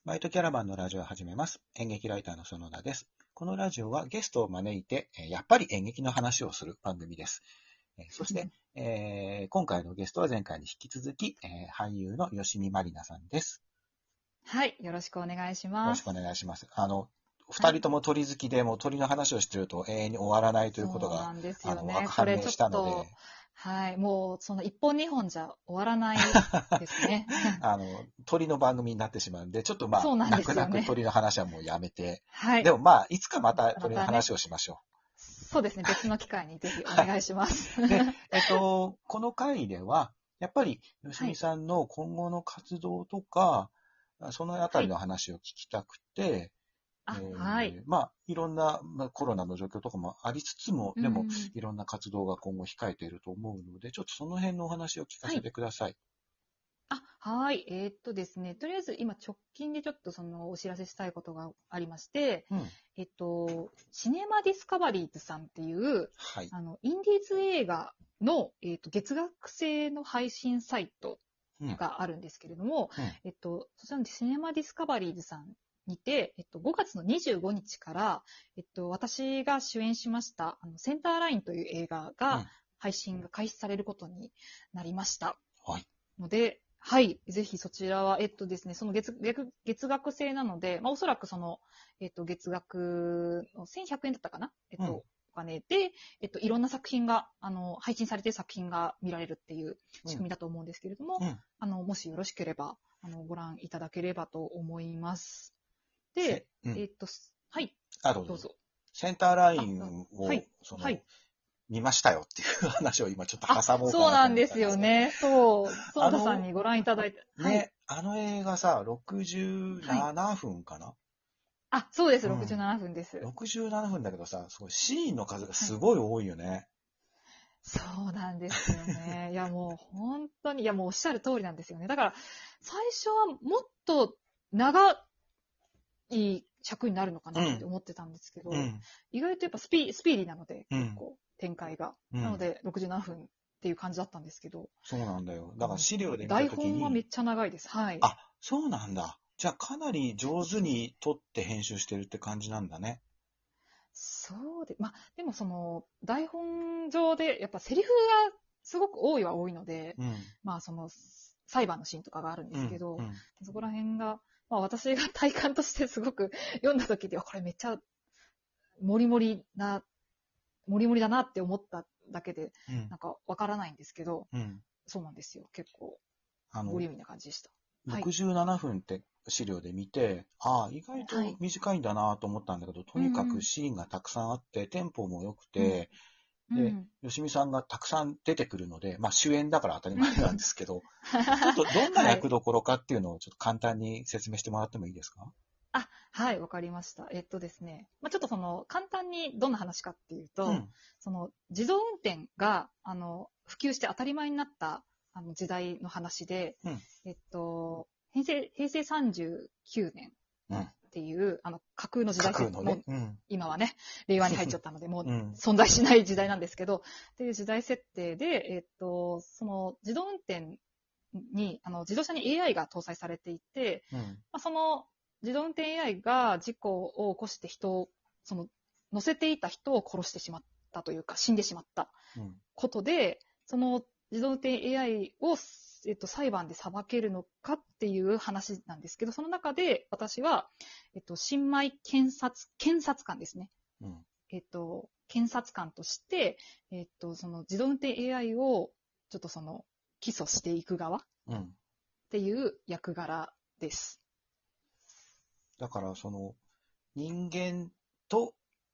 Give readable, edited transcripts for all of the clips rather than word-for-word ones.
バイトキャラバンのラジオを始めます。演劇ライターの園田です。このラジオはゲストを招いて、やっぱり演劇の話をする番組です。そして、今回のゲストは前回に引き続き、俳優の吉見まりなさんです。 はい、よろしくお願いしよろしくおます。 願いします。二人とも鳥好きで、もう鳥の話をしていると永遠に終わらないということが、 そうなんですよね。こ判れちょっ明したのと、 で、 はい、もうその一本二本じゃ終わらないですね。 鳥の番組になってしまうんで、ちょっとそうなんで泣く泣くすよね。 鳥の話はもうやめて、 はい。 でもいつかまた鳥のまたね、 話をしましょそうですね、別の機会にぜひおう。はい。 願いします。 で、この回では、やっぱり、吉はい。 見さんの今後の活動とか、そのあたはい。 りの話を聞きたくて、 はい。 いろんな、コロナの状況とかもありつつも、でも、 うん。 いろんな活動が今後控えていると思うので、ちょっとその辺のお話を聞かせはい。 てください。 はい。ですね、とりあえず今直近でちょっとそのお知らせしたいことがありまして、 うん。 シネマディスカバリーズさんっていう、 はい。 インディーズ映画の、月額制の配信サイトうん。 があるんですけれども、 うん。 そちらのシネマディスカバリーズさんにて、5月の25日から、私が主演しました、センターラインという映画がうん。 配信が開始されることになりました。 はい。 ので、はい、ぜひそちらは、ですね、その月額制なので、おそらくその、月額の1100円だったかなうん。 お金で、いろんな作品が、配信されている作品が見られるっていううん。 仕組みだと思うんですけれども、 うん。 もしよろしければ、ご覧いただければと思います。で、 うん。 はい、 どうぞ。 どうぞ。 センターライあ、 ンを、 はい、はい。 見ましたよっていう話を今ちょっと挟もうかなと思っそうなんですたんですが、 よね。そう、園田さんあの、 にご覧いただいて、はい、 ね、あの映画さ、 はい。 67分かな。 そうです。 うん。 67分です。 67分だけどさ、すごいシーンの数がはい。 すごい多いよね。 そうなんですよね。いや、もう本当に、いや、もうおっしゃる通りなんですよね。だから、最初はもっと長い尺になるのかなってうん。 思ってたんですけど、 うん。 意外とやっぱスピーディーなので、 うん。 結構展開が。 うん。 なので、67分っていう感じだったんですけど、 そうなんだよ。だから資料で見た台ときに、 本はめっちゃ長いです。はい。 あ、そうなんだ。じゃあかなり上手に撮って編集してるって感じなんだね。 そうで、でもその、台本上で、やっぱセリフがすごく多いは多いので、 うん。 その、裁判のシーンとかがあるんでうん。うすけど、 ん。 そこら辺が、私が体感としてすごく読んだ時で、これめっちゃ、モリモリな、モリモリだなって思っただけで、 うん。 なんかわからないんですけど、 うん。 そうなんですよ。結構、 あの、 ボリューミーな感じでした。はい。 67分って資料で見て、意外とはい。 短いんだなと思ったんだけど、とにかくうんうん。 シーンがたくさんあって、テンポも良くうん。 て、で、 うん。 吉見さんがたくさん出てくるので、主演だから当たりうん。 前なんですけど、ちょっとどんなはい。 役どころかっていうのをちょっと簡単に説明してもらってもいいですか？ はい、わかりました。ですね、ちょっとその、簡単にどんな話かっていうと、 うん、 その、自動運転が、普及して当たり前になった、時代の話で、 うん、 平成39年うん。 っていう、架空の時代設、 架空のね。 もう、 うん、 今はね、令和に入っちゃったので、もううん、 存在しない時代なんですけど、っていう時代設定で、その、自動運転に、自動車に AI が搭載されていて、 うん、 その自動運転 AI が事故を起こしてその、乗せていた人を殺してしまったというか、死んでしまったうん、 ことで、その自動運転 AI を、裁判で裁けるのかっていう話なんですけど、その中で私は、新米検察官ですね。 うん、 検察官として、その自動運転 AI を、ちょっとその、起訴していく側っうん。 ていう役柄です。 だから、人間と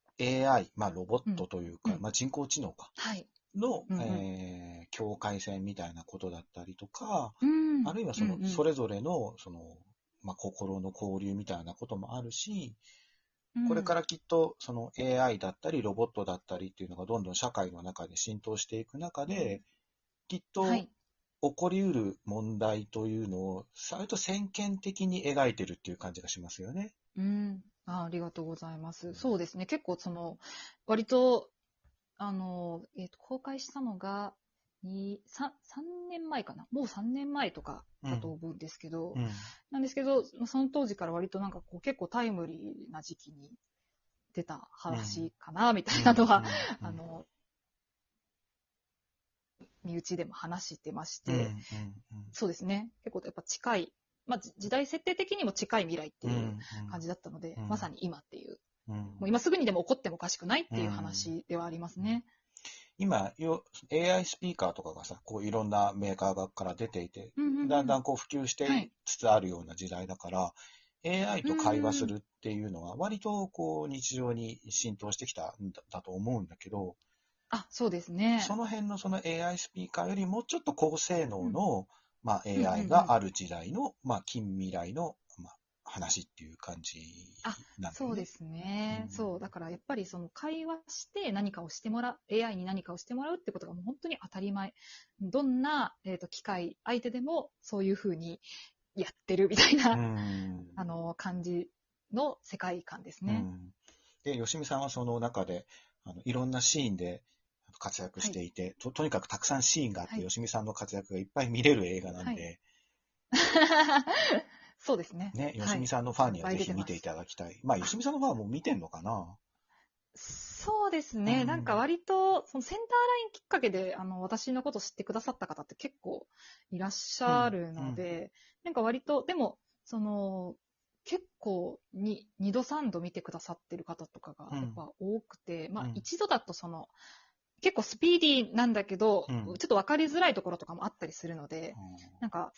AI、ロボッうん。 トというか、 うん。 人工知能か、 はい。 の、 うん境界線みたいなことだったりとか、 うん。うん。 あるいはうんうん。 それぞれの、心の交流みたいなこともあるし、これかうん。 らきっと、AI だったり、ロボットだったりっていうのがどんどん社会の中で浸透していく中で、きっとはい。 起こりうる問題というのを、割と先見的に描いてるっていう感じがしますよね。 うん。ありがとうございます。 うん。 そうですね。結構その、割と、公開したのが、 3年前かな。もう3年前とかだと思うんですけど、 うん。 なんですけど、その当時から割となんかこう結構タイムリーな時期に出た話かな、みたいなのは、身内でも話してまして、そうですね。結構やっぱ近い、まあ時代設定的にも近い未来っていう感じだったので、まさに今っていう、もう今すぐにでも起こってもおかしくないっていう話ではありますね。 今、AI スピーカーとかがさ、こういろんなメーカーから出ていて、だんだんこう普及してつつあるような時代だから、AI と会話するっていうのは割とこう日常に浸透してきたんだと思うんだけど、 あ、そうですね。 その辺のその AI スピーカーよりもちょっと高性能の、まあ、AI がある時代の、まあ、近未来の、まあ、話っていう感じなんだよね。 そうですね。そう。だからやっぱりその会話して何かをしてもらう、AI に何かをしてもらうってことがもう本当に当たり前。どんな、機械、相手でもそういうふうにやってるみたいな、感じの世界観ですね。 で、吉見さんはその中で、いろんなシーンで活躍していて、とにかくたくさんシーンがあって、吉見さんの活躍がいっぱい見れる映画なんで、 そうですね。 ね、吉見さんのファンにはぜひ見ていただきたい。まあ、吉見さんのファンはもう見てんのかな？ そうですね。なんか割と、そのセンターラインきっかけで、私のこと知ってくださった方って結構いらっしゃるので、なんか割と、でも、結構2度3度見てくださってる方とかがやっぱ多くて、まあ一度だと結構スピーディーなんだけど、ちょっと分かりづらいところとかもあったりするので、なんか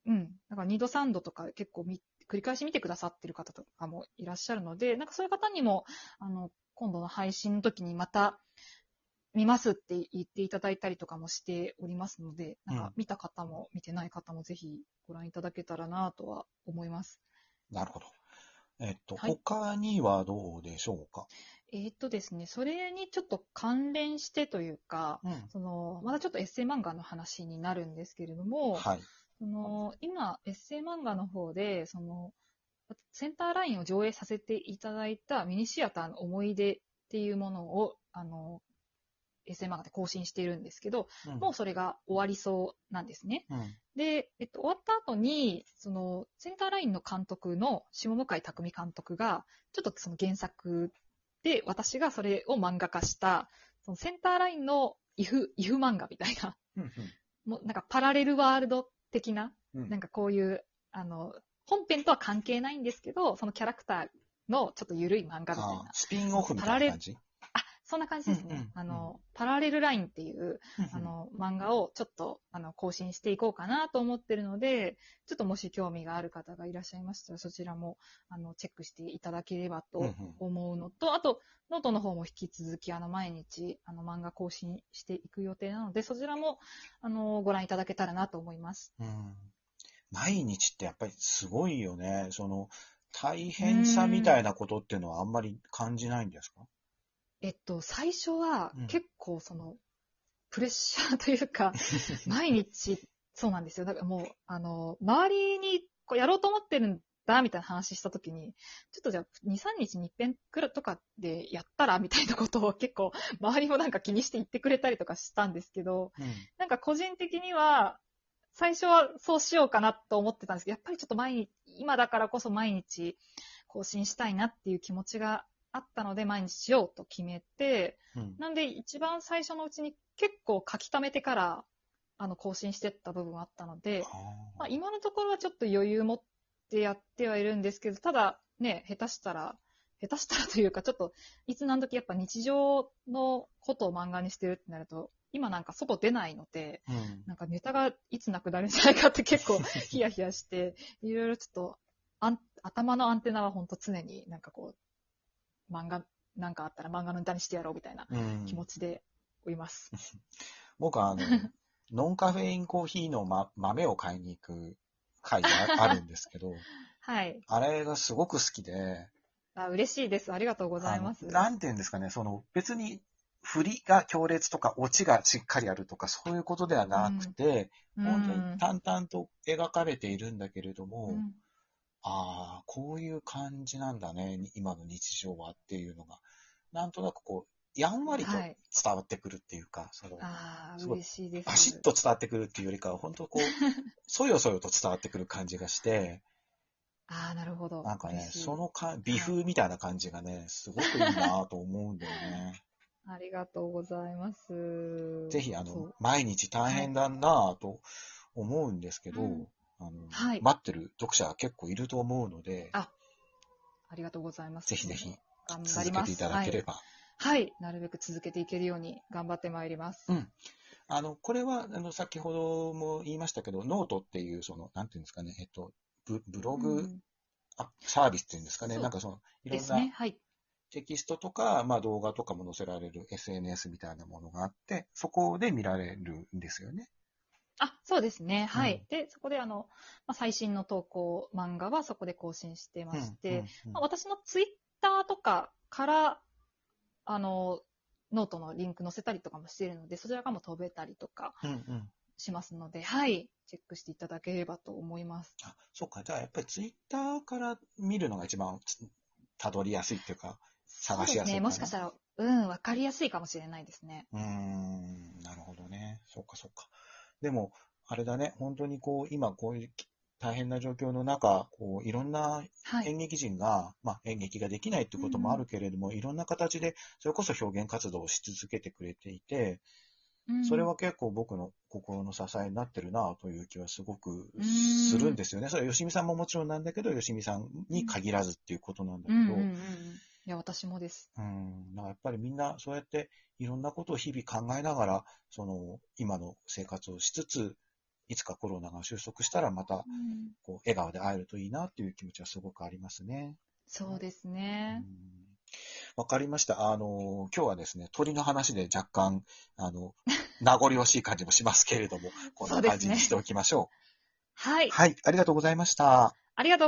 2度3度とか結構繰り返し見てくださってる方とかもいらっしゃるので、なんかそういう方にも、今度の配信の時にまた見ますって言っていただいたりとかもしておりますので、なんか見た方も見てない方もぜひご覧いただけたらなとは思います。 なるほど。他にはどうでしょうか？ ですね、それにちょっと関連してというか、まだちょっとエッセイ漫画の話になるんですけれども、今、エッセイ漫画の方で、センターラインを上映させていただいたミニシアターの思い出っていうものを、エッセイ漫画で更新しているんですけど、もうそれが終わりそうなんですね。で、終わった後に、センターラインの監督の下向井匠監督が、ちょっとその原作で、私がそれを漫画化した、そのセンターラインのイフ漫画みたいな、もうなんかパラレルワールド的な、なんかこういう、本編とは関係ないんですけど、そのキャラクターのちょっと緩い漫画みたいな。 スピンオフみたいな感じ？ そんな感じですね。パラレルラインっていう、漫画をちょっと、更新していこうかなと思ってるので、ちょっともし興味がある方がいらっしゃいましたら、そちらも、チェックしていただければと思うのと、あと、ノートの方も引き続き、毎日、漫画更新していく予定なので、そちらも、ご覧いただけたらなと思います。 毎日ってやっぱりすごいよね。大変さみたいなことっていうのはあんまり感じないんですか？ 最初は結構プレッシャーというか、毎日、そうなんですよ。だからもう、周りにこうやろうと思ってるんだ、みたいな話したときに、ちょっとじゃあ、2、3日に一遍くらいとかでやったらみたいなことを結構、周りもなんか気にして言ってくれたりとかしたんですけど、なんか個人的には、最初はそうしようかなと思ってたんですけど、やっぱりちょっと今だからこそ毎日更新したいなっていう気持ちがあったので、毎日しようと決めて、なんで一番最初のうちに結構書き溜めてから、更新してった部分はあったので、まあ、今のところはちょっと余裕持ってやってはいるんですけど、ただね、下手したらというか、ちょっと、いつ何時やっぱ日常のことを漫画にしてるってなると、今なんか外出ないので、なんかネタがいつなくなるんじゃないかって結構ヒヤヒヤして、いろいろちょっと、頭のアンテナは本当常になんかこう、漫画、なんかあったら漫画のネタにしてやろうみたいな気持ちでおります。 僕はノンカフェインコーヒーの、豆を買いに行く会があるんですけど、 はい。 あれがすごく好きで、 嬉しいです。ありがとうございます。 なんていうんですかね、別に振りが強烈とか、オチがしっかりあるとか、そういうことではなくて、本当に淡々と描かれているんだけれども、こういう感じなんだね、今の日常はっていうのが、なんとなくこう、 やんわりとはい。 伝わってくるっていうか、 ああ、 すごい嬉しいです。 バシッと伝わってくるっていうよりかは、本当こう、そよそよと伝わってくる感じがして、 ああ、なるほど。 なんかね、 嬉しい。 美はい。 風みたいな感じがね、すごくいいなぁと思うんだよね。 ありがとうございます。 ぜひ、 そう。 毎日大はい。 変だなぁと思うんですけうん。 ど、 はい。 待ってる読者は結構いると思うので、 あ、ありがとうございます。 ぜひぜひ頑張ります。 続けていただはい。 ければ。 はい。なるべく続けていけるように頑張ってまいります。 うん。これは、先ほども言いましたけど、ノートっていう、なんていうんですかね、ブログうん。 サービスっていうんですかね、 そういろんなですね。はい。 テキストとか、まあ動画とかも載せられる SNS みたいなものがあって、そこで見られるんですよね。 あ、そうですね。 うん。 はい。で、そこで最新の投稿、漫画はそこで更新してまうん、うして、 ん、うん。 私のツイッターとかから、あの、ノートのリンク載せたりとかもしているので、そちらからも飛べたりとかうん、うん。 しますので、はい。チェックしていただければと思います。 あ、そっか。じゃあやっぱりツイッターから見るのが一番たどりやすいっていうか、探しやそうですね。 すいかな。 もしかしたら、わかりやすいかもしれないですね。 なるほどね。そっかそっか。でも、あれだね。本当にこう、今こういう大変な状況の中、こう、いろんなはい。 演劇人が、まあ演劇ができないってこともあるけれども、いろんな形で、それこそ表現活動をし続けてくれていて、それは結構僕の心の支えになってるなという気はすごくうするん。 んですよね。それは吉見さんももちろんなんだけど、吉見さんに限らずっていうことなんだうんうんうんうけど、 ん。いや、私もです。 なんかやっぱりみんなそうやっていろんなことを日々考えながら、今の生活をしつつ、いつかコロナが収束したらまた、 うん、 こう、笑顔で会えるといいなっていう気持ちはすごくありますね。 そうですうん、 ね。 わかりました。今日はですね、鳥の話で若干、名残惜しい感じもしますけれども、こんなそうですね。 感じにしておきましょう。 はい。 はい、ありがとうございました。 ありがとう